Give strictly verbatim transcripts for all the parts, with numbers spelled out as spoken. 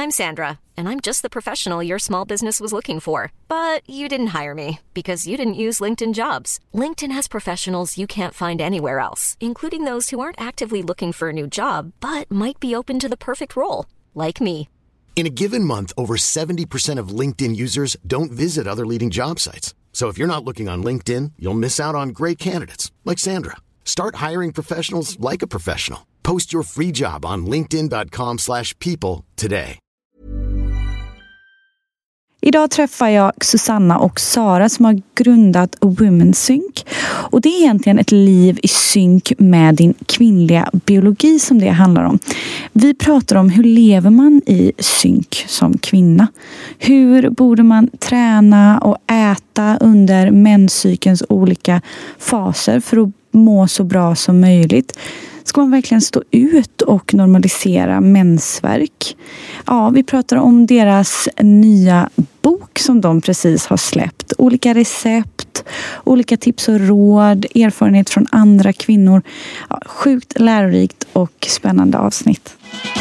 I'm Sandra, and I'm just the professional your small business was looking for. But you didn't hire me because you didn't use LinkedIn Jobs. LinkedIn has professionals you can't find anywhere else, including those who aren't actively looking for a new job, but might be open to the perfect role, like me. In a given month, over seventy percent of LinkedIn users don't visit other leading job sites. So if you're not looking on LinkedIn, you'll miss out on great candidates like Sandra. Start hiring professionals like a professional. Post your free job on linkedin dot com slash people today. Idag träffar jag Susanna och Sara som har grundat Women Sync. Och det är egentligen ett liv i synk med din kvinnliga biologi som det handlar om. Vi pratar om hur lever man i synk som kvinna. Hur borde man träna och äta under menscykelns olika faser för att må så bra som möjligt. Ska man verkligen stå ut och normalisera mensvärk? Ja, vi pratar om deras nya bok som de precis har släppt. Olika recept, olika tips och råd, erfarenhet från andra kvinnor. Ja, sjukt lärorikt och spännande avsnitt.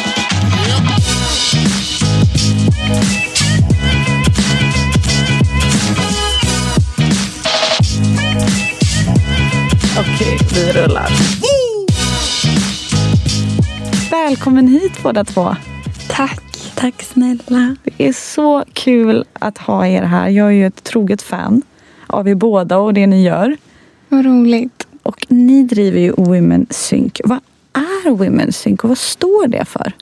Okej, vi rullar. Välkommen hit båda två. Tack. Tack snälla. Det är så kul att ha er här. Jag är ju ett troget fan av er båda och det ni gör. Vad roligt. Och ni driver ju Women Sync. Vad är Women Sync och vad står det för?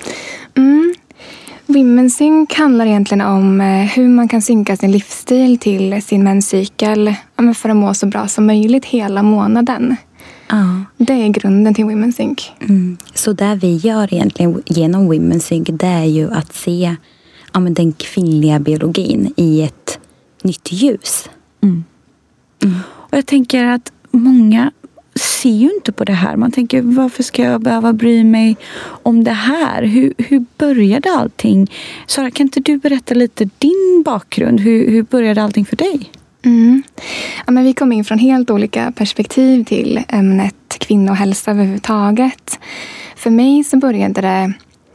Mm. Women Sync handlar egentligen om hur man kan synka sin livsstil till sin menscykel för att må så bra som möjligt hela månaden. Ja. Det är grunden till Women Sync. Mm. Så det vi gör egentligen genom Women Sync, det är ju att se ja, men den kvinnliga biologin i ett nytt ljus. Mm. Mm. Och jag tänker att många ser ju inte på det här. Man tänker, varför ska jag behöva bry mig om det här? Hur, hur började allting? Sara, kan inte du berätta lite din bakgrund? Hur, hur började allting för dig? Mm. Ja, men vi kom in från helt olika perspektiv till ämnet kvinnohälsa överhuvudtaget. För mig så började det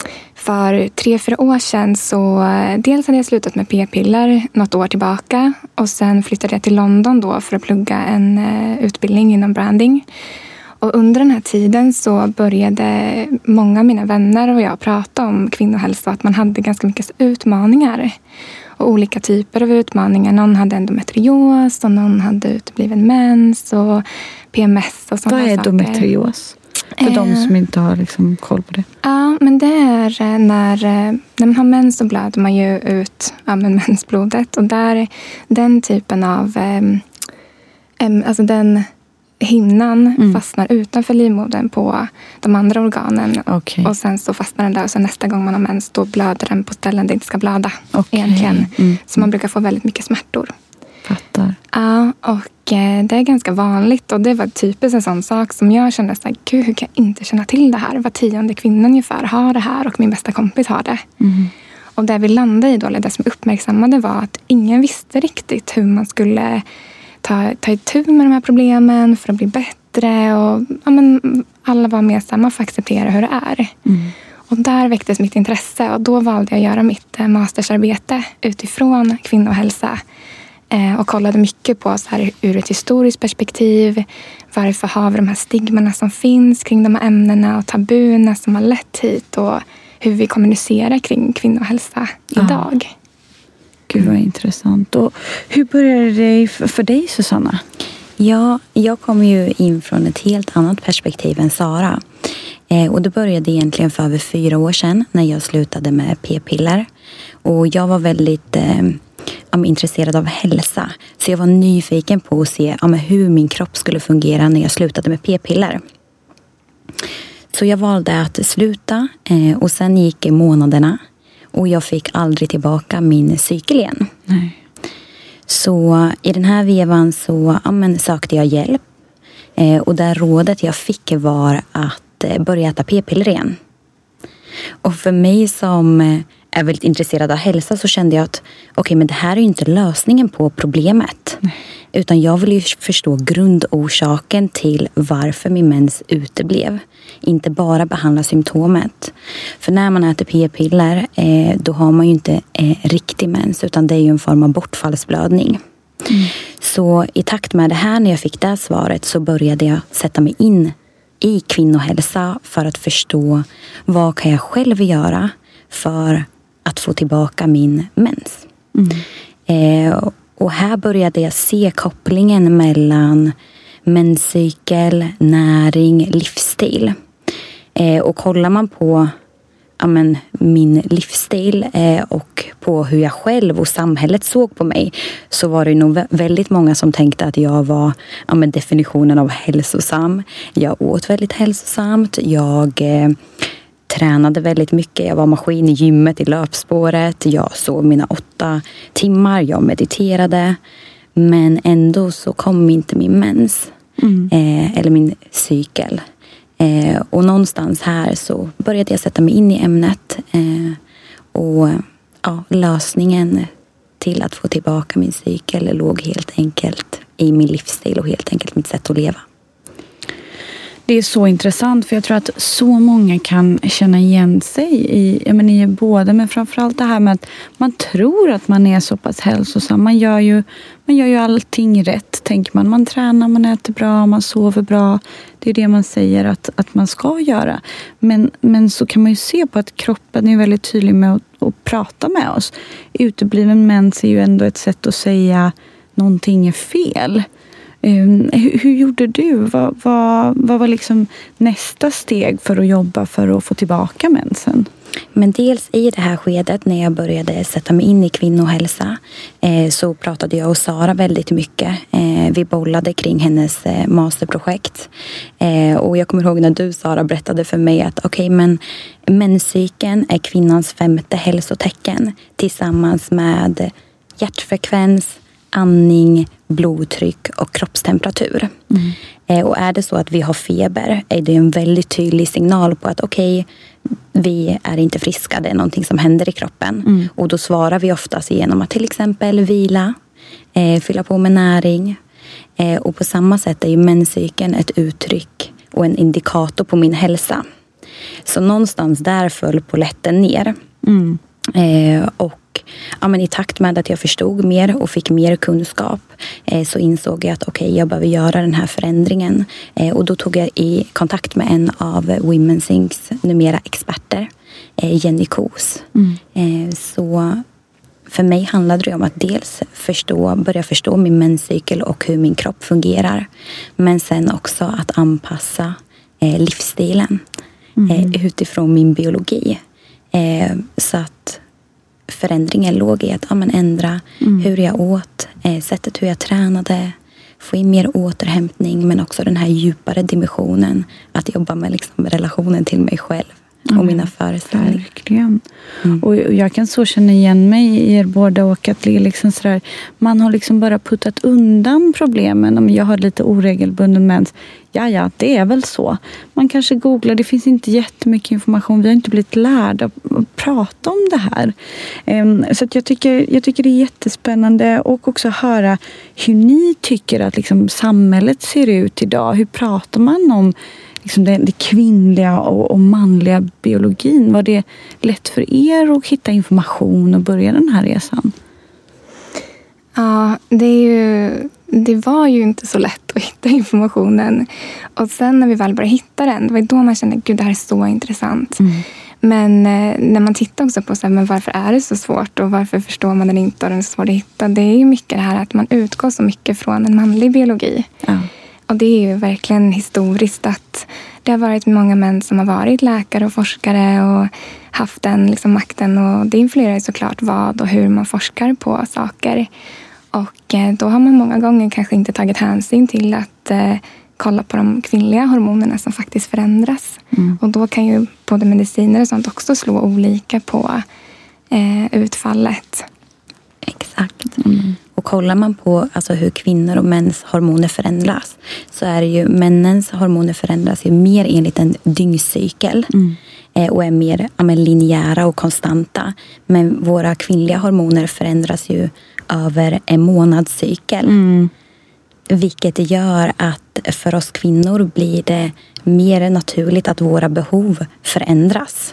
för tre, fyra år sedan. Så dels hade jag slutat med p-piller något år tillbaka. Och sen flyttade jag till London då för att plugga en utbildning inom branding. Och under den här tiden så började många av mina vänner och jag prata om kvinnohälsa. Att man hade ganska mycket utmaningar. Och olika typer av utmaningar. Någon hade endometrios och någon hade utebliven mens och P M S och sådana saker. Vad är endometrios? För eh, de som inte har liksom koll på det. Ja, men det är när, när man har mens så blöder man ju ut ja, men mensblodet. Och där, den typen av, eh, alltså den hinnan mm. fastnar utanför livmodern på de andra organen. Okay. Och sen så fastnar den där och så nästa gång man har mens då blöder den på ställen där det inte ska blöda. Okay. Egentligen. Mm. Så man brukar få väldigt mycket smärtor. Fattar. Ja, och eh, det är ganska vanligt. Och det var typiskt en sån sak som jag kände så här, gud hur kan jag inte känna till det här? Var tionde kvinna ungefär har det här och min bästa kompis har det. Mm. Och det vi landade i då, eller det som uppmärksammade var att ingen visste riktigt hur man skulle ta, ta itu med de här problemen för att bli bättre. Och ja, men, alla var med samma för att acceptera hur det är. Mm. Och där väcktes mitt intresse och då valde jag att göra mitt mastersarbete utifrån kvinnohälsa. Och kollade mycket på så här, ur ett historiskt perspektiv. Varför har vi de här stigmarna som finns kring de här ämnena och tabuna som har lett hit. Och hur vi kommunicerar kring kvinnohälsa idag. Ja. Gud vad intressant. Och hur började det för dig, Susanna? Ja, jag kom ju in från ett helt annat perspektiv än Sara. Eh, och det började egentligen för över fyra år sedan när jag slutade med p-piller. Och jag var väldigt eh, ja, intresserad av hälsa. Så jag var nyfiken på att se ja, hur min kropp skulle fungera när jag slutade med p-piller. Så jag valde att sluta eh, och sen gick månaderna. Och jag fick aldrig tillbaka min cykel igen. Nej. Så i den här vevan så ja, men, sökte jag hjälp. Eh, och det rådet jag fick var att eh, börja äta p-piller igen. Och för mig som eh, är väldigt intresserad av hälsa så kände jag att okej, okay, men det här är ju inte lösningen på problemet. Nej. Utan jag ville ju förstå grundorsaken till varför min mens uteblev. Inte bara behandla symptomet. För när man äter p-piller eh, då har man ju inte eh, riktig mens, utan det är ju en form av bortfallsblödning. Mm. Så i takt med det här, när jag fick det svaret, så började jag sätta mig in i kvinnohälsa för att förstå vad kan jag själv göra för att få tillbaka min mens. Mm. Eh, och här började jag se kopplingen mellan menscykel, näring, livsstil. Eh, och kollar man på ja, men, min livsstil eh, och på hur jag själv och samhället såg på mig, så var det nog väldigt många som tänkte att jag var ja, men, definitionen av hälsosam. Jag åt väldigt hälsosamt. Jag eh, tränade väldigt mycket. Jag var maskin i gymmet, i löpspåret. Jag sov mina åtta timmar. Jag mediterade. Men ändå så kom inte min mens. Mm. Eh, eller min cykel. Eh, och någonstans här så började jag sätta mig in i ämnet. Eh, och ja, lösningen till att få tillbaka min cykel låg helt enkelt i min livsstil och helt enkelt mitt sätt att leva. Det är så intressant, för jag tror att så många kan känna igen sig i, jag menar, i både, men framförallt det här med att man tror att man är så pass hälsosam. Man gör ju, man gör ju allting rätt, tänker man. Man tränar, man äter bra, man sover bra. Det är det man säger att, att man ska göra. Men, men så kan man ju se på att kroppen är väldigt tydlig med att, att prata med oss. Utebliven mens är ju ändå ett sätt att säga någonting är fel. Um, hur, hur gjorde du? Vad, vad, vad var liksom nästa steg för att jobba för att få tillbaka mensen? Men dels i det här skedet när jag började sätta mig in i kvinnohälsa eh, så pratade jag och Sara väldigt mycket. Eh, vi bollade kring hennes eh, masterprojekt. Eh, och jag kommer ihåg när du, Sara, berättade för mig att okej, okay, men menscykeln är kvinnans femte hälsotecken tillsammans med hjärtfrekvens, andning, blodtryck och kroppstemperatur. Mm. Eh, och är det så att vi har feber är det en väldigt tydlig signal på att okej, okay, vi är inte friska, det är någonting som händer i kroppen. Mm. Och då svarar vi oftast genom att till exempel vila, eh, fylla på med näring. Eh, och på samma sätt är ju menscykeln ett uttryck och en indikator på min hälsa. Så någonstans där föll polletten ner. Mm. Eh, och ja, men i takt med att jag förstod mer och fick mer kunskap eh, så insåg jag att okej, okay, jag behöver göra den här förändringen. Eh, och då tog jag i kontakt med en av Women Syncs numera experter, eh, Jenny Kos. Mm. Eh, så för mig handlade det om att dels förstå, börja förstå min menscykel och hur min kropp fungerar. Men sen också att anpassa eh, livsstilen mm. eh, utifrån min biologi. Eh, så att förändringen låg i att ja, men ändra mm. hur jag åt, eh, sättet hur jag tränade, få in mer återhämtning, men också den här djupare dimensionen att jobba med liksom relationen till mig själv och mm. mina föreställningar. Verkligen. Mm. Och jag kan så känna igen mig i er båda, och att det är liksom sådär, man har liksom bara puttat undan problemen. Om jag har lite oregelbunden mens, ja ja, det är väl så. Man kanske googlar, det finns inte jättemycket information. Vi har inte blivit lärda att prata om det här. Så att jag, tycker, jag tycker det är jättespännande, och också höra hur ni tycker att liksom samhället ser ut idag. Hur pratar man om liksom det, det kvinnliga och, och manliga biologin? Var det lätt för er att hitta information och börja den här resan? Ja, det, är ju, det var ju inte så lätt att hitta informationen. Och sen när vi väl började hitta den, det var då man kände, gud, det här är så intressant. Mm. Men eh, när man tittar också på så här, men varför är det så svårt och varför förstår man den inte och den är så svår att hitta. Det är ju mycket det här att man utgår så mycket från en manlig biologi. Ja. Och det är ju verkligen historiskt att det har varit många män som har varit läkare och forskare och haft den liksom makten. Och det influerar ju såklart vad och hur man forskar på saker. Och eh, då har man många gånger kanske inte tagit hänsyn till att eh, kolla på de kvinnliga hormonerna som faktiskt förändras. Mm. Och då kan ju både mediciner och sånt också slå olika på eh, utfallet. Exakt. Mm. Och kollar man på alltså, hur kvinnor och mäns hormoner förändras, så är det ju männens hormoner förändras ju mer enligt en dyngcykel. Mm. eh, och är mer ja, men, linjära och konstanta. Men våra kvinnliga hormoner förändras ju över en månadscykel. Mm. Vilket gör att för oss kvinnor blir det mer naturligt att våra behov förändras.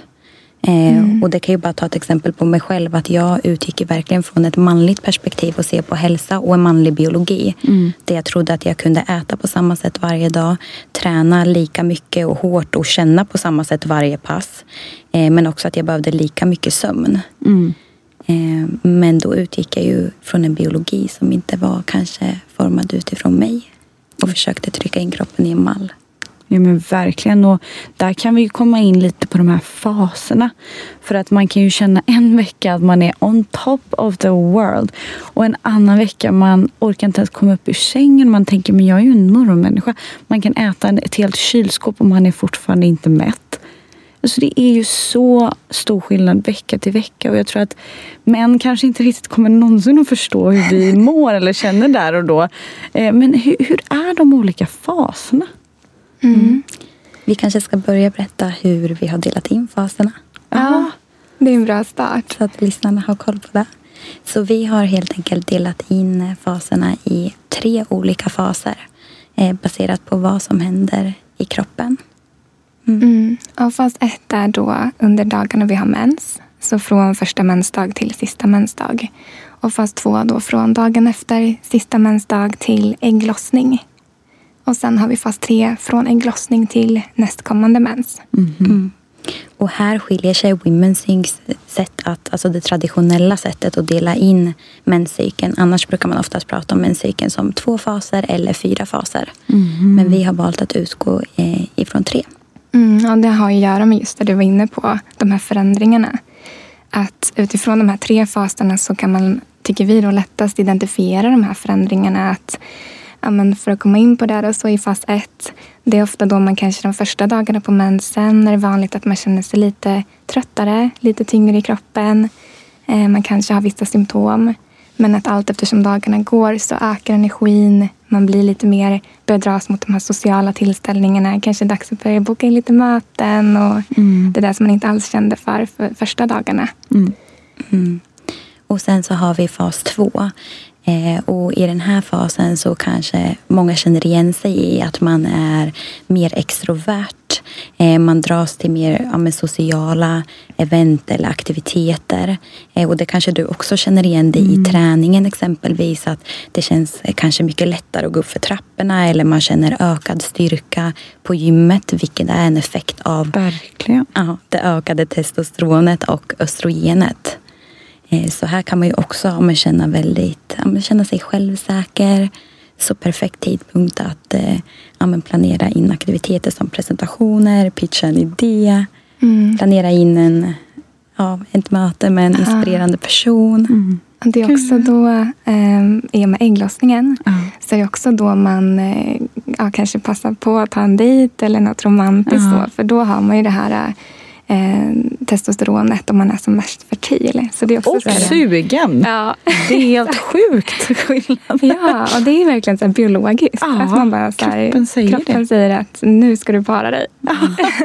Mm. Eh, och det kan ju bara ta ett exempel på mig själv. Att jag utgick verkligen från ett manligt perspektiv och se på hälsa och en manlig biologi. Mm. Där jag trodde att jag kunde äta på samma sätt varje dag. Träna lika mycket och hårt och känna på samma sätt varje pass. Eh, men också att jag behövde lika mycket sömn. Mm. Eh, men då utgick jag ju från en biologi som inte var kanske formad utifrån mig. Och försökte trycka in kroppen i en mall. Ja men verkligen, och där kan vi ju komma in lite på de här faserna. För att man kan ju känna en vecka att man är on top of the world. Och en annan vecka man orkar inte ens komma upp ur sängen. Man tänker, men jag är ju en morgonmänniska. Man kan äta ett helt kylskåp och man är fortfarande inte mätt. Alltså det är ju så stor skillnad vecka till vecka. Och jag tror att män kanske inte riktigt kommer någonsin att förstå hur vi mår eller känner där och då. Men hur, hur är de olika faserna? Mm. Mm. Vi kanske ska börja berätta hur vi har delat in faserna. Ja, det är en bra start. Så att lyssnarna har koll på det. Så vi har helt enkelt delat in faserna i tre olika faser. Eh, baserat på vad som händer i kroppen. Mm. Mm. Och fas ett är då under dagarna vi har mens. Så från första mensdag till sista mensdag. Och fas två då från dagen efter sista mensdag till ägglossning. Och sen har vi fas tre från ägglossning till nästkommande mens. Mm-hmm. Mm. Och här skiljer sig Women's Syncs sätt att, alltså det traditionella sättet att dela in menscykeln. Annars brukar man oftast prata om menscykeln som två faser eller fyra faser. Mm-hmm. Men vi har valt att utgå eh, ifrån tre. Mm, ja, det har att göra med just det du var inne på, de här förändringarna. Att utifrån de här tre faserna så kan man, tycker vi då, lättast identifiera de här förändringarna. Att ja, men för att komma in på det då, så i fas ett, det är ofta då man kanske de första dagarna på mensen är det vanligt att man känner sig lite tröttare, lite tyngre i kroppen. Eh, man kanske har vissa symptom. Men att allt eftersom dagarna går så ökar energin. Man blir lite mer, börjar dras mot de här sociala tillställningarna. Kanske dags att börja boka in lite möten. Och mm. det där som man inte alls kände för, för första dagarna. Mm. Mm. Och sen så har vi fas två. Eh, och i den här fasen så kanske många känner igen sig i att man är mer extrovert. Eh, man dras till mer ja, med sociala event eller aktiviteter. Eh, och det kanske du också känner igen dig mm. i träningen exempelvis. Att det känns eh, kanske mycket lättare att gå upp för trapporna. Eller man känner ökad styrka på gymmet. Vilket är en effekt av Verkligen. Ja, det ökade testosteronet och östrogenet. Så här kan man ju också ja, man känna, väldigt, ja, man känna sig självsäker. Så perfekt tidpunkt att ja, man planera in aktiviteter som presentationer, pitcha en idé. Mm. Planera in en, ja, ett möte med en inspirerande person. Mm. Det är också då, eh, i och med ägglossningen, mm. så är det också då man eh, ja, kanske passar på att ta en dejt eller något romantiskt. Mm. Då, för då har man ju det här Eh, testosteronet om man är som mest fertil. Så det är också och sugen. Ja. Det är helt sjukt skillnad. Ja, och det är verkligen så här biologiskt. Ja, att man bara så här, kroppen, säger, kroppen säger att nu ska du para dig. Ja.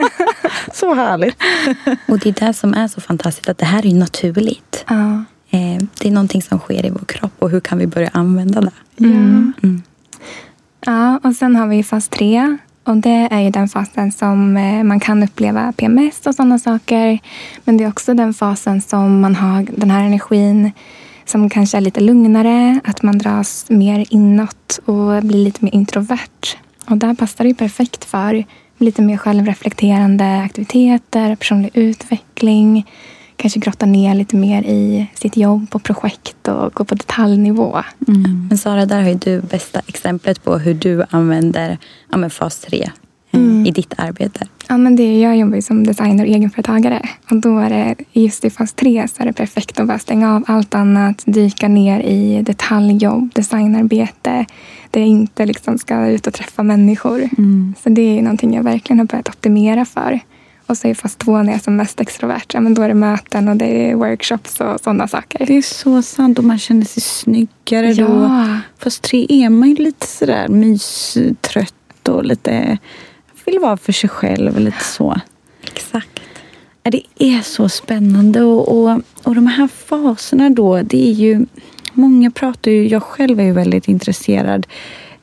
Så härligt. Och det är det som är så fantastiskt, att det här är naturligt. Ja. Eh, det är någonting som sker i vår kropp, och hur kan vi börja använda det? Mm. Mm. Ja, och sen har vi fas tre. Och det är ju den fasen som man kan uppleva P M S och sådana saker. Men det är också den fasen som man har den här energin som kanske är lite lugnare. Att man dras mer inåt och blir lite mer introvert. Och där passar det ju perfekt för lite mer självreflekterande aktiviteter, personlig utveckling. Kanske grotta ner lite mer i sitt jobb och projekt och gå på detaljnivå. Mm. Men Sara, där har ju du bästa exemplet på hur du använder ja, men fas tre mm. i ditt arbete. Ja, men det, jag jobbar ju som designer och egenföretagare. Och då är det just i fas tre så är det perfekt att bara stänga av allt annat. Dyka ner i detaljjobb, designarbete. Där jag inte liksom ska ut och träffa människor. Mm. Så det är någonting jag verkligen har börjat optimera för. Och så är fas två när jag är som mest extrovert. Ja, men då är det möten och det är workshops och sådana saker. Det är så sant, och man känner sig snyggare ja. då. Fas tre är man ju lite sådär mystrött och lite vill vara för sig själv och lite så. Exakt. Det är så spännande, och, och, och de här faserna då, det är ju, många pratar ju, jag själv är ju väldigt intresserad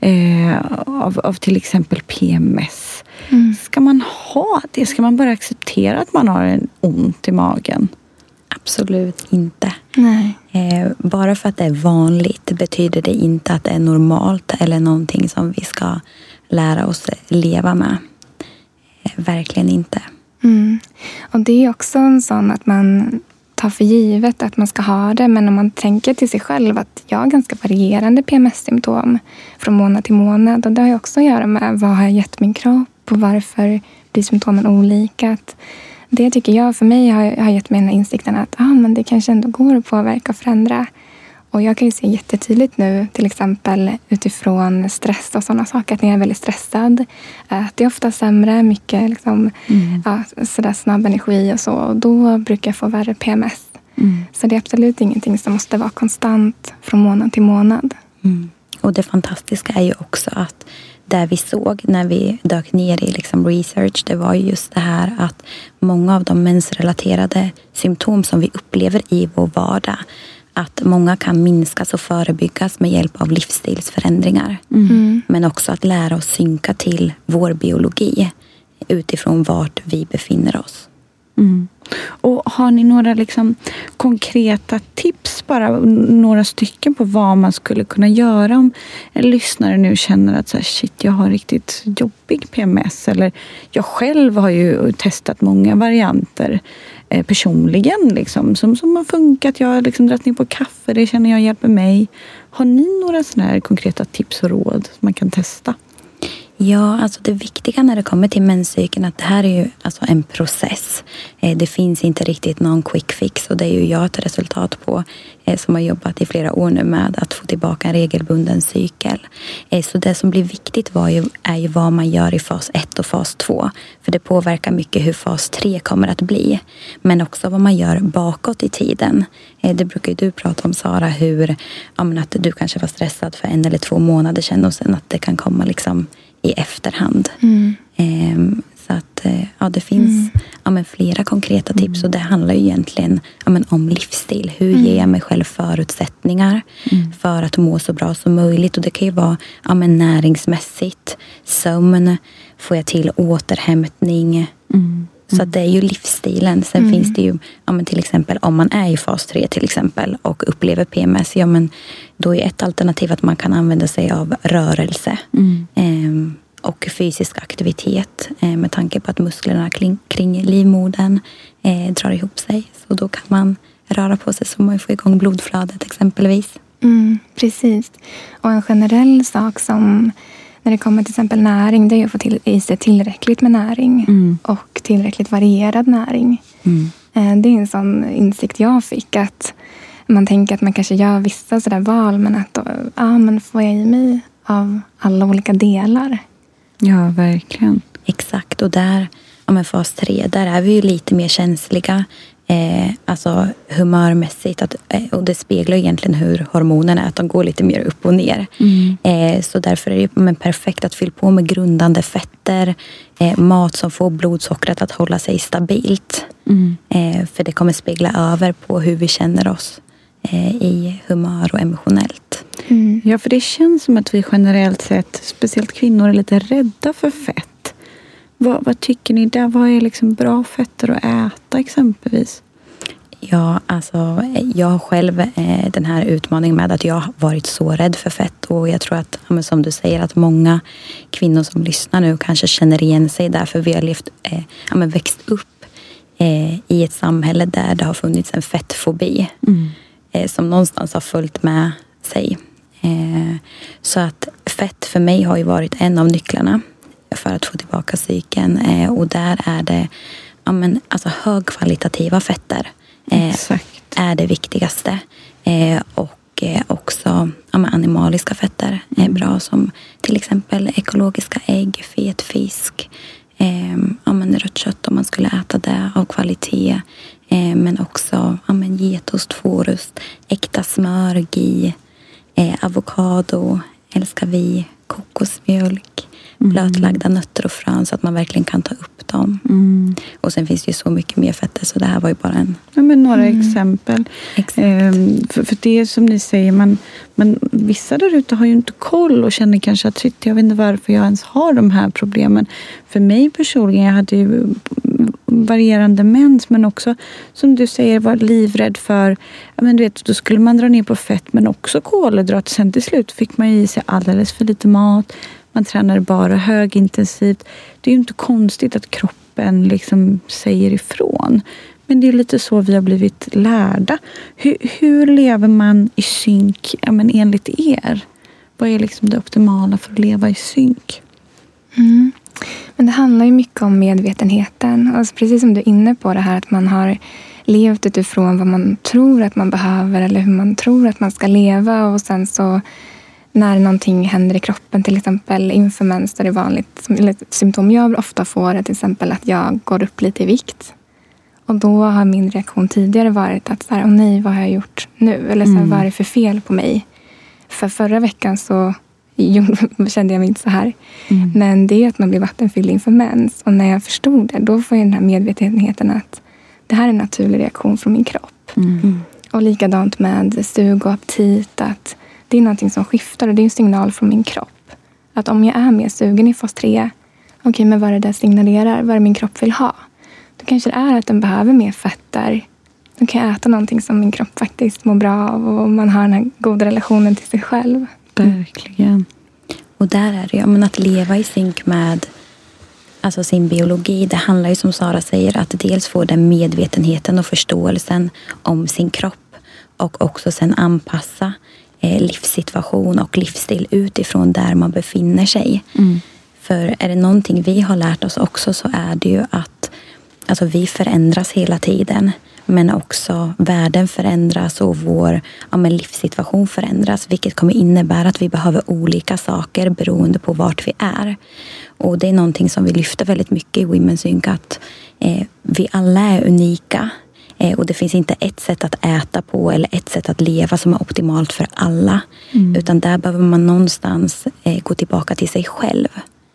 eh, av, av till exempel P M S. Mm. Ska man ha det? Ska man bara acceptera att man har en ont i magen? Absolut inte. Nej. Eh, bara för att det är vanligt betyder det inte att det är normalt eller någonting som vi ska lära oss leva med. Eh, verkligen inte. Mm. Och det är också en sån att man tar för givet att man ska ha det. Men om man tänker till sig själv att jag har ganska varierande P M S-symptom från månad till månad. Och det har ju också att göra med vad har jag gett min kropp och varför blir symptomen olika. Att det tycker jag för mig har, har gett mig den här insikten att ah, men det kanske ändå går att påverka och förändra. Och jag kan ju se jättetydligt nu till exempel utifrån stress och sådana saker. Att när jag är väldigt stressad att det är ofta sämre, mycket liksom, Mm. ja, sådär snabb energi och så. Och då brukar jag få värre P M S. Mm. Så det är absolut ingenting som måste vara konstant från månad till månad. Mm. Och det fantastiska är ju också att där vi såg när vi dök ner i liksom research, det var ju just det här att många av de mensrelaterade symptom som vi upplever i vår vardag, att många kan minskas och förebyggas med hjälp av livsstilsförändringar. Mm. Men också att lära oss synka till vår biologi utifrån vart vi befinner oss. Mm. Och har ni några liksom konkreta tips, bara några stycken på vad man skulle kunna göra om en lyssnare nu känner att så här, shit, jag har riktigt jobbig P M S, eller jag själv har ju testat många varianter eh, personligen liksom, som, som har funkat. Jag har liksom dratt ner på kaffe, det känner jag hjälper mig. Har ni några sådana här konkreta tips och råd som man kan testa? Ja, alltså det viktiga när det kommer till menscykeln att det här är ju alltså en process. Eh, det finns inte riktigt någon quick fix och det är ju jag ett resultat på eh, som har jobbat i flera år nu med att få tillbaka en regelbunden cykel. Eh, så det som blir viktigt var ju, är ju vad man gör i fas ett och fas två. För det påverkar mycket hur fas tre kommer att bli. Men också vad man gör bakåt i tiden. Eh, det brukar ju du prata om, Sara, hur ja, men att du kanske var stressad för en eller två månader sedan och sen att det kan komma liksom i efterhand. Mm. Um, så att ja, det finns mm. ja, men flera konkreta tips och det handlar ju egentligen ja, men om livsstil. Hur mm. ger jag mig själv förutsättningar mm. för att må så bra som möjligt? Och det kan ju vara ja, men näringsmässigt, sömn, får jag till återhämtning. Mm. Så att det är ju livsstilen. Sen mm. finns det ju ja, men till exempel om man är i fas tre till exempel och upplever P M S, ja, men då är ett alternativ att man kan använda sig av rörelse mm. eh, och fysisk aktivitet eh, med tanke på att musklerna kring, kring livmodern eh, drar ihop sig. Så då kan man röra på sig så man får igång blodflödet exempelvis. Mm, precis. Och en generell sak som när det kommer till exempel näring, det är att få till, i sig tillräckligt med näring mm. och tillräckligt varierad näring. Mm. Det är en sån insikt jag fick, att man tänker att man kanske gör vissa sådär val, men att då, ja, men får jag i mig av alla olika delar? Ja, verkligen. Exakt, och där, ja, men fas tre, där är vi ju lite mer känsliga. Eh, alltså humörmässigt att, eh, och det speglar egentligen hur hormonerna är, att de går lite mer upp och ner mm. eh, så därför är det men perfekt att fylla på med grundande fetter, eh, mat som får blodsockret att hålla sig stabilt mm. eh, för det kommer spegla över på hur vi känner oss eh, i humör och emotionellt. Mm. Ja, för det känns som att vi generellt sett, speciellt kvinnor, är lite rädda för fett. Vad, vad tycker ni där? Vad är liksom bra fetter att äta exempelvis? Ja, alltså jag har själv eh, den här utmaningen med att jag har varit så rädd för fett. Och jag tror att, ja, som du säger, att många kvinnor som lyssnar nu kanske känner igen sig där. För vi har levt, eh, ja, men växt upp eh, i ett samhälle där det har funnits en fettfobi. Mm. Eh, som någonstans har följt med sig. Eh, så att fett för mig har ju varit en av nycklarna för att få tillbaka cykeln. Eh, och där är det ja, men, alltså, högkvalitativa fetter eh, är det viktigaste. Eh, och eh, också ja, men, animaliska fetter är mm. bra, som till exempel ekologiska ägg, fet fisk, eh, ja, men, rött kött om man skulle äta det av kvalitet. Eh, men också ja, men, getost, fårost, äkta smör, ghee, eh, avokado älskar vi, kokosmjölk, mm. blötlagda nötter och frön så att man verkligen kan ta upp dem. Mm. Och sen finns det ju så mycket mer fetter, så det här var ju bara en... Ja, men några mm. exempel. Ehm, för, för det är som ni säger, man, man, vissa där ute har ju inte koll och känner kanske att jag vet inte varför jag ens har de här problemen. För mig personligen, jag hade ju varierande mens, men också som du säger var livrädd för, ja, men du vet, då skulle man dra ner på fett men också kolhydrat. Sen till slut fick man i sig alldeles för lite mat. Man tränade bara högintensivt. Det är ju inte konstigt att kroppen liksom säger ifrån. Men det är lite så vi har blivit lärda. Hur, hur lever man i synk, ja, men enligt er? Vad är liksom det optimala för att leva i synk? Mm. Men det handlar ju mycket om medvetenheten. Alltså precis som du är inne på det här att man har levt utifrån vad man tror att man behöver eller hur man tror att man ska leva, och sen så när någonting händer i kroppen, till exempel inför mens, där det är vanligt, eller ett symptom jag ofta får är till exempel att jag går upp lite i vikt. Och då har min reaktion tidigare varit att så här, åh nej, vad har jag gjort nu? Eller så här, mm. vad är det för fel på mig? För förra veckan så kände jag mig inte så här. Mm. Men det är att man blir vattenfylld inför mens. Och när jag förstod det, då får jag den här medvetenheten att det här är en naturlig reaktion från min kropp. Mm. Och likadant med sug och aptit, att det är någonting som skiftar och det är en signal från min kropp. Att om jag är mer sugen i fas tre, okej, okay, men vad är det där signalerar? Vad är det min kropp vill ha? Då kanske det är att den behöver mer fetter. Då kan jag äta någonting som min kropp faktiskt mår bra av, och man har den här goda relationen till sig själv. Verkligen. Och där är det ju, men att leva i synk med alltså sin biologi. Det handlar ju, som Sara säger, att dels få den medvetenheten och förståelsen om sin kropp, och också sen anpassa eh, livssituation och livsstil utifrån där man befinner sig. Mm. För är det någonting vi har lärt oss också, så är det ju att alltså, vi förändras hela tiden. Men också världen förändras och vår ja, men livssituation förändras. Vilket kommer innebära att vi behöver olika saker beroende på vart vi är. Och det är någonting som vi lyfter väldigt mycket i Women's Sync. Att eh, vi alla är unika. Eh, och det finns inte ett sätt att äta på eller ett sätt att leva som är optimalt för alla. Mm. Utan där behöver man någonstans eh, gå tillbaka till sig själv.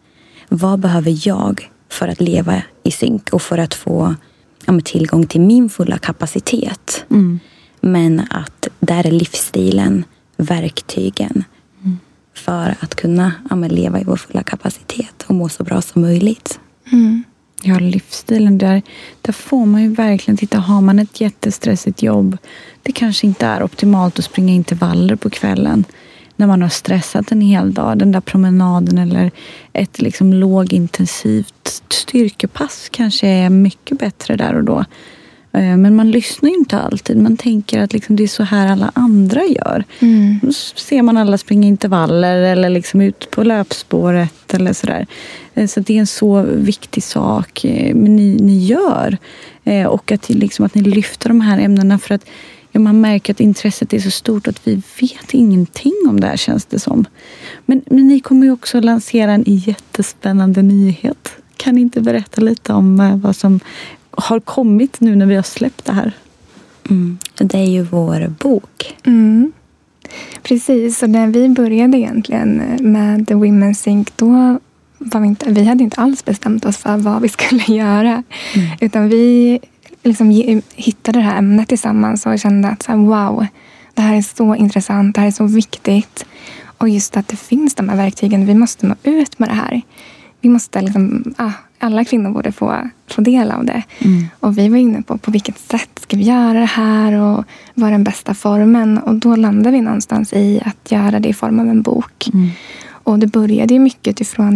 Vad behöver jag för att leva i synk och för att få ja, med tillgång till min fulla kapacitet. Mm. Men att där är livsstilen verktygen mm. för att kunna ja, med leva i vår fulla kapacitet och må så bra som möjligt. Mm. Ja, livsstilen där, där får man ju verkligen titta. Har man ett jättestressigt jobb, det kanske inte är optimalt att springa intervaller på kvällen när man har stressat en hel dag. Den där promenaden eller ett liksom lågintensivt styrkepass kanske är mycket bättre där och då. Men man lyssnar ju inte alltid. Man tänker att liksom det är så här alla andra gör. Mm. Då ser man alla springa intervaller eller liksom ut på löpspåret eller sådär. Så det är en så viktig sak ni, ni gör. Och att, liksom, att ni lyfter de här ämnena, för att ja, man märker att intresset är så stort att vi vet ingenting om det här, känns det som. Men, men ni kommer ju också lansera en jättespännande nyhet. Kan ni inte berätta lite om vad som har kommit nu när vi har släppt det här? Mm. Det är ju vår bok. Mm. Precis, och när vi började egentligen med The Women's Sync, då var vi inte, vi hade inte alls bestämt oss för vad vi skulle göra. Mm. Utan vi liksom hittade det här ämnet tillsammans och kände att så här, wow, det här är så intressant, det här är så viktigt. Och just att det finns de här verktygen, vi måste nå ut med det här. Vi måste liksom, ah, alla kvinnor borde få, få del av det. Mm. Och vi var inne på på vilket sätt ska vi göra det här och vad är den bästa formen. Och då landade vi någonstans i att göra det i form av en bok. Mm. Och det började ju mycket utifrån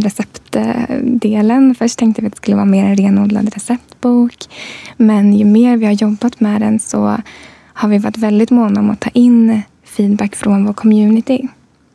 receptdelen. Först tänkte vi att det skulle vara mer en renodlad receptbok. Men ju mer vi har jobbat med den så har vi varit väldigt måna om att ta in feedback från vår community.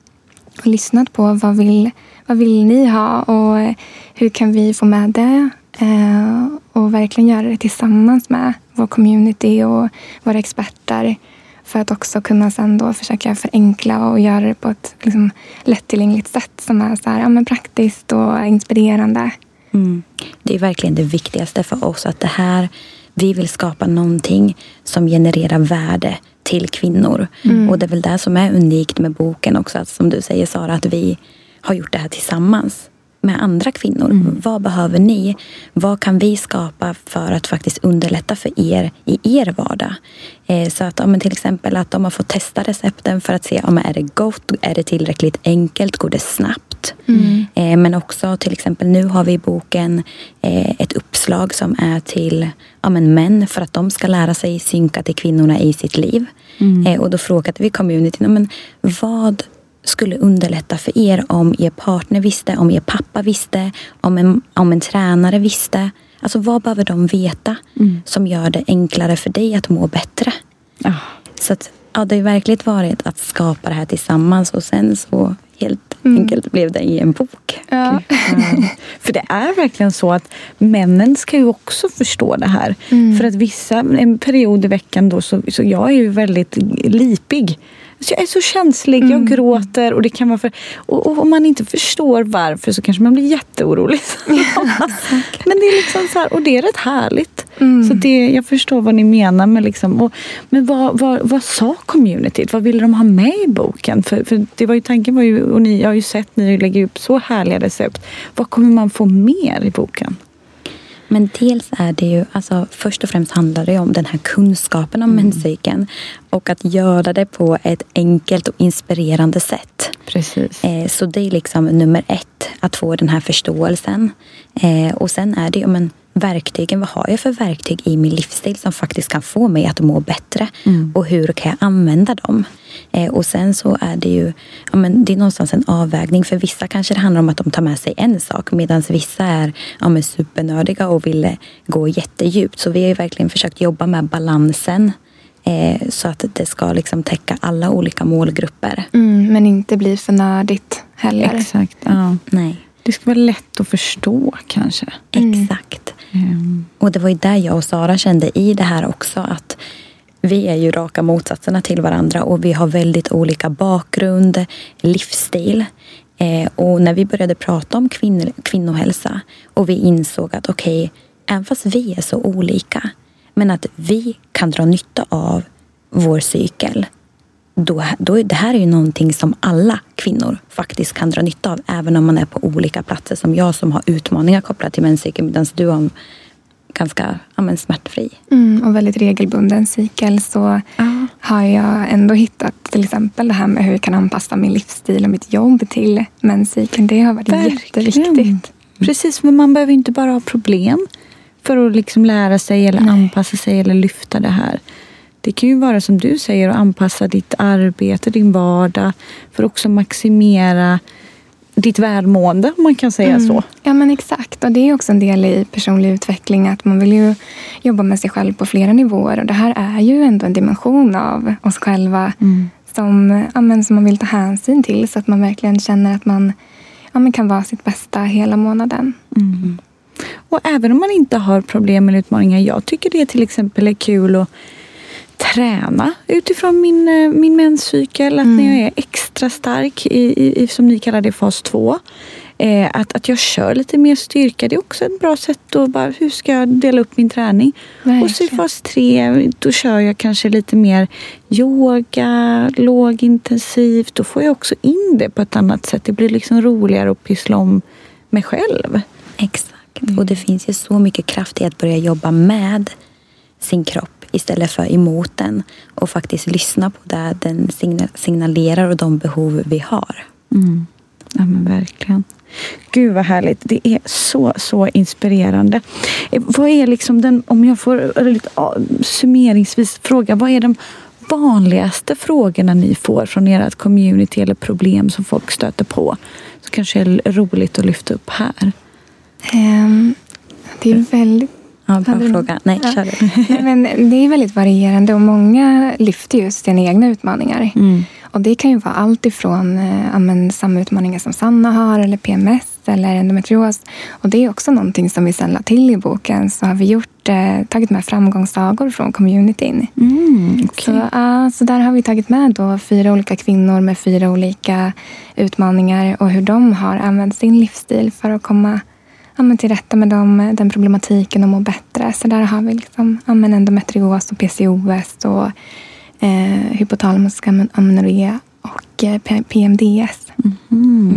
Och lyssnat på vad vill, vad vill ni ha och hur kan vi få med det. Eh, och verkligen göra det tillsammans med vår community och våra experter. För att också kunna sen då försöka förenkla och göra det på ett liksom lättillgängligt sätt som är så här, ja, men praktiskt och inspirerande. Mm. Det är verkligen det viktigaste för oss, att det här, vi vill skapa någonting som genererar värde till kvinnor. Mm. Och det är väl det som är unikt med boken också, att som du säger Sara, att vi har gjort det här tillsammans med andra kvinnor. Mm. Vad behöver ni? Vad kan vi skapa för att faktiskt underlätta för er i er vardag? Eh, så att, ja, men till exempel att de har fått testa recepten för att se om är det gott, är det tillräckligt enkelt, går det snabbt? Mm. Eh, men också till exempel nu har vi i boken eh, ett uppslag som är till ja, men män för att de ska lära sig synka till kvinnorna i sitt liv. Mm. Eh, och då frågade vi communityn, ja, men vad skulle underlätta för er om er partner visste, om er pappa visste, om en, om en tränare visste. Alltså vad behöver de veta mm. som gör det enklare för dig att må bättre? Oh. Så att, ja, det har verkligen varit att skapa det här tillsammans och sen så helt mm. enkelt blev det i en bok. Ja. Ja. För det är verkligen så att männen ska ju också förstå det här. Mm. För att vissa, en period i veckan då, så, så jag är ju väldigt lipig. Så jag är så känslig, jag mm. gråter och det kan vara för, och, och om man inte förstår varför så kanske man blir jätteorolig. Men det är liksom så här, och det är rätt härligt. Mm. Så det, jag förstår vad ni menar med liksom, och, men vad, vad, vad sa communityt? Vad ville de ha med i boken? För, för det var ju tanken var ju, och ni, jag har ju sett ni lägger upp så härliga recept. Vad kommer man få mer i boken? Men dels är det ju, alltså först och främst handlar det om den här kunskapen om mm. menscykeln och att göra det på ett enkelt och inspirerande sätt. Precis. Eh, så det är liksom nummer ett, att få den här förståelsen. Eh, och sen är det ju, men verktygen, vad har jag för verktyg i min livsstil som faktiskt kan få mig att må bättre? Mm. Och hur kan jag använda dem? Eh, och sen så är det ju, ja, men det är någonstans en avvägning. För vissa kanske det handlar om att de tar med sig en sak, medan vissa är ja, men supernördiga och vill gå jättedjupt. Så vi har ju verkligen försökt jobba med balansen. Eh, så att det ska liksom täcka alla olika målgrupper. Mm, men inte bli för nördigt heller. Exakt, ja. Nej. Det ska vara lätt att förstå kanske. Mm. Exakt. Mm. Och det var ju där jag och Sara kände i det här också att vi är ju raka motsatserna till varandra och vi har väldigt olika bakgrund, livsstil. Eh, och när vi började prata om kvinn- kvinnohälsa och vi insåg att okej, okay, även fast vi är så olika, men att vi kan dra nytta av vår cykel, då, då det här är ju någonting som alla kvinnor faktiskt kan dra nytta av, även om man är på olika platser, som jag som har utmaningar kopplat till menscykeln, medan du har ganska ja, men smärtfri. Mm, och väldigt regelbunden cykel, så uh. har jag ändå hittat till exempel det här med hur jag kan anpassa min livsstil och mitt jobb till menscykeln. Det har varit verkligen jätteviktigt. Mm. Precis, men man behöver inte bara ha problem för att liksom lära sig eller Nej. anpassa sig eller lyfta det här. Det kan ju vara som du säger, att anpassa ditt arbete, din vardag, för att också maximera ditt välmående, om man kan säga mm. så. Ja, men exakt. Och det är också en del i personlig utveckling, att man vill ju jobba med sig själv på flera nivåer. Och det här är ju ändå en dimension av oss själva mm. som, ja, men, som man vill ta hänsyn till, så att man verkligen känner att man, ja, men kan vara sitt bästa hela månaden. Mm. Och även om man inte har problem eller utmaningar, jag tycker det till exempel är kul att träna utifrån min, min menscykel. Att mm. när jag är extra stark i, i, som ni kallar det, fas två. Eh, att, att jag kör lite mer styrka. Det är också ett bra sätt att bara, hur ska jag dela upp min träning? Verkligen. Och så i fas tre, då kör jag kanske lite mer yoga, lågintensivt. Då får jag också in det på ett annat sätt. Det blir liksom roligare att pyssla om mig själv. Exakt. Mm. Och det finns ju så mycket kraft i att börja jobba med sin kropp istället för emot den, och faktiskt lyssna på det den signalerar och de behov vi har. Mm. Ja, men verkligen. Gud vad härligt. Det är så, så inspirerande. Vad är liksom den, om jag får lite summeringsvis fråga, vad är de vanligaste frågorna ni får från ert community eller problem som folk stöter på? Så kanske är roligt att lyfta upp här. Um, det är väldigt Ja, bra fråga. Nej, ja. kör det. Nej, men det är väldigt varierande och många lyfter just sina egna utmaningar. Mm. Och det kan ju vara allt ifrån ja, men, samma utmaningar som Sanna har, eller P M S eller endometrios. Och det är också någonting som vi sen la till i boken. Så har vi gjort, eh, tagit med framgångssagor från communityn. Mm, okay. så, uh, så där har vi tagit med då fyra olika kvinnor med fyra olika utmaningar och hur de har använt sin livsstil för att komma ja, men till rätta med dem, den problematiken och må bättre. Så där har vi liksom, ja, men endometrios och P C O S och eh, hypotalamisk amenorré och eh, P M D S. Mm. Mm.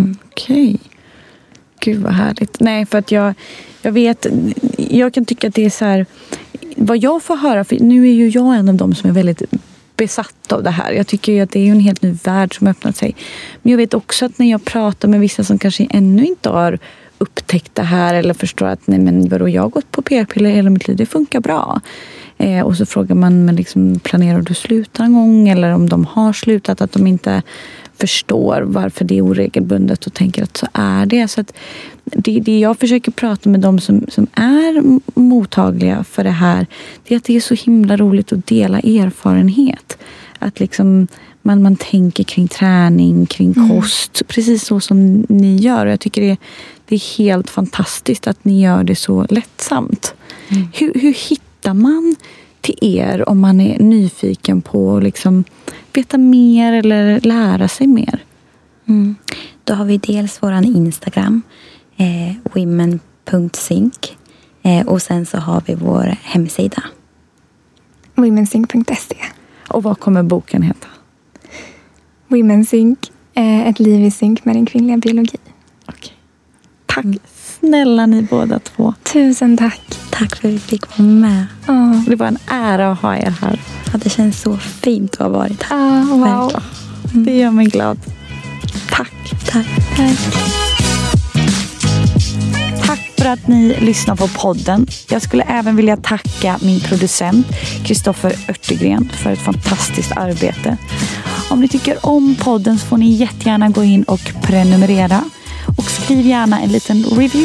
Okej. Okay. Gud vad härligt. Nej, för att jag, jag vet, jag kan tycka att det är så här, vad jag får höra, för nu är ju jag en av dem som är väldigt besatt av det här. Jag tycker ju att det är en helt ny värld som öppnat sig. Men jag vet också att när jag pratar med vissa som kanske ännu inte har upptäckt det här eller förstår att nej men vadå, jag har gått på p-piller hela mitt liv, det funkar bra. Eh, och så frågar man, men liksom, planerar du sluta en gång? Eller om de har slutat, att de inte förstår varför det är oregelbundet och tänker att så är det. Så att det, det jag försöker prata med de som, som är mottagliga för det här, det är att det är så himla roligt att dela erfarenhet. Att liksom man, man tänker kring träning, kring mm. kost, precis så som ni gör. Och jag tycker det, det är helt fantastiskt att ni gör det så lättsamt. Mm. Hur, hur hittar man till er om man är nyfiken på att liksom veta mer eller lära sig mer? Mm. Då har vi dels våran Instagram, eh, women punkt sync, eh, och sen så har vi vår hemsida womensync punkt se. Och vad kommer boken heta? Womensync, eh, ett liv i synk med den kvinnliga biologi. Okej. Tack snälla ni båda två. Tusen tack. Tack för att vi fick vara med. Oh. Det var en ära att ha er här. Ja, det känns så fint att ha varit här. Oh, wow. Mm. Det gör mig glad. Tack. Tack. Tack. Tack för att ni lyssnar på podden. Jag skulle även vilja tacka min producent Kristoffer Örtegren för ett fantastiskt arbete. Om ni tycker om podden så får ni jättegärna gå in och prenumerera. Och skriv gärna en liten review.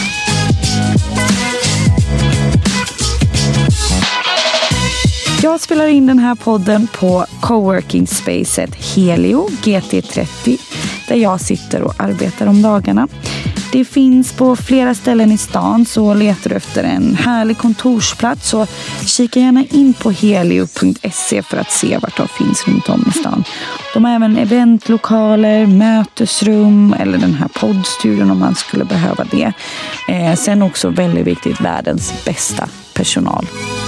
Jag spelar in den här podden på coworking spacet Helio G T trettio där jag sitter och arbetar om dagarna. Det finns på flera ställen i stan, så letar du efter en härlig kontorsplats så kika gärna in på helio punkt se för att se vart de finns runt om i stan. De har även eventlokaler, mötesrum eller den här poddstudion om man skulle behöva det. Eh, sen också väldigt viktigt, världens bästa personal.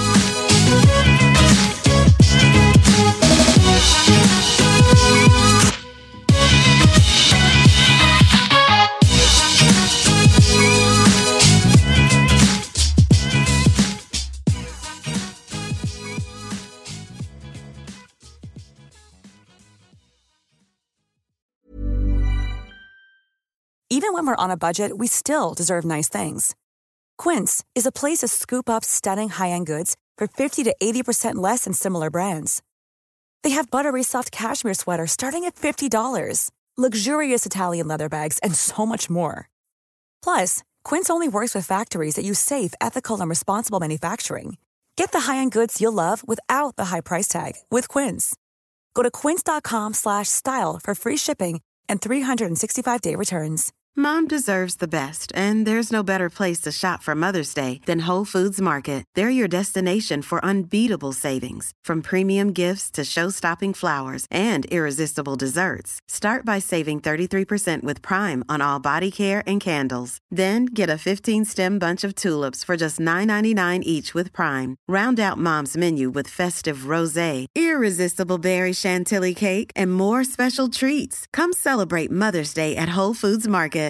Even when we're on a budget, we still deserve nice things. Quince is a place to scoop up stunning high-end goods for fifty to eighty percent less than similar brands. They have buttery soft cashmere sweaters starting at fifty dollars, luxurious Italian leather bags, and so much more. Plus, Quince only works with factories that use safe, ethical, and responsible manufacturing. Get the high-end goods you'll love without the high price tag with Quince. Go to quince.com slash style for free shipping and three sixty-five day returns. Mom deserves the best, and there's no better place to shop for Mother's Day than Whole Foods Market. They're your destination for unbeatable savings, from premium gifts to show-stopping flowers and irresistible desserts. Start by saving thirty-three percent with Prime on all body care and candles. Then get a fifteen-stem bunch of tulips for just nine ninety-nine each with Prime. Round out Mom's menu with festive rosé, irresistible berry chantilly cake, and more special treats. Come celebrate Mother's Day at Whole Foods Market.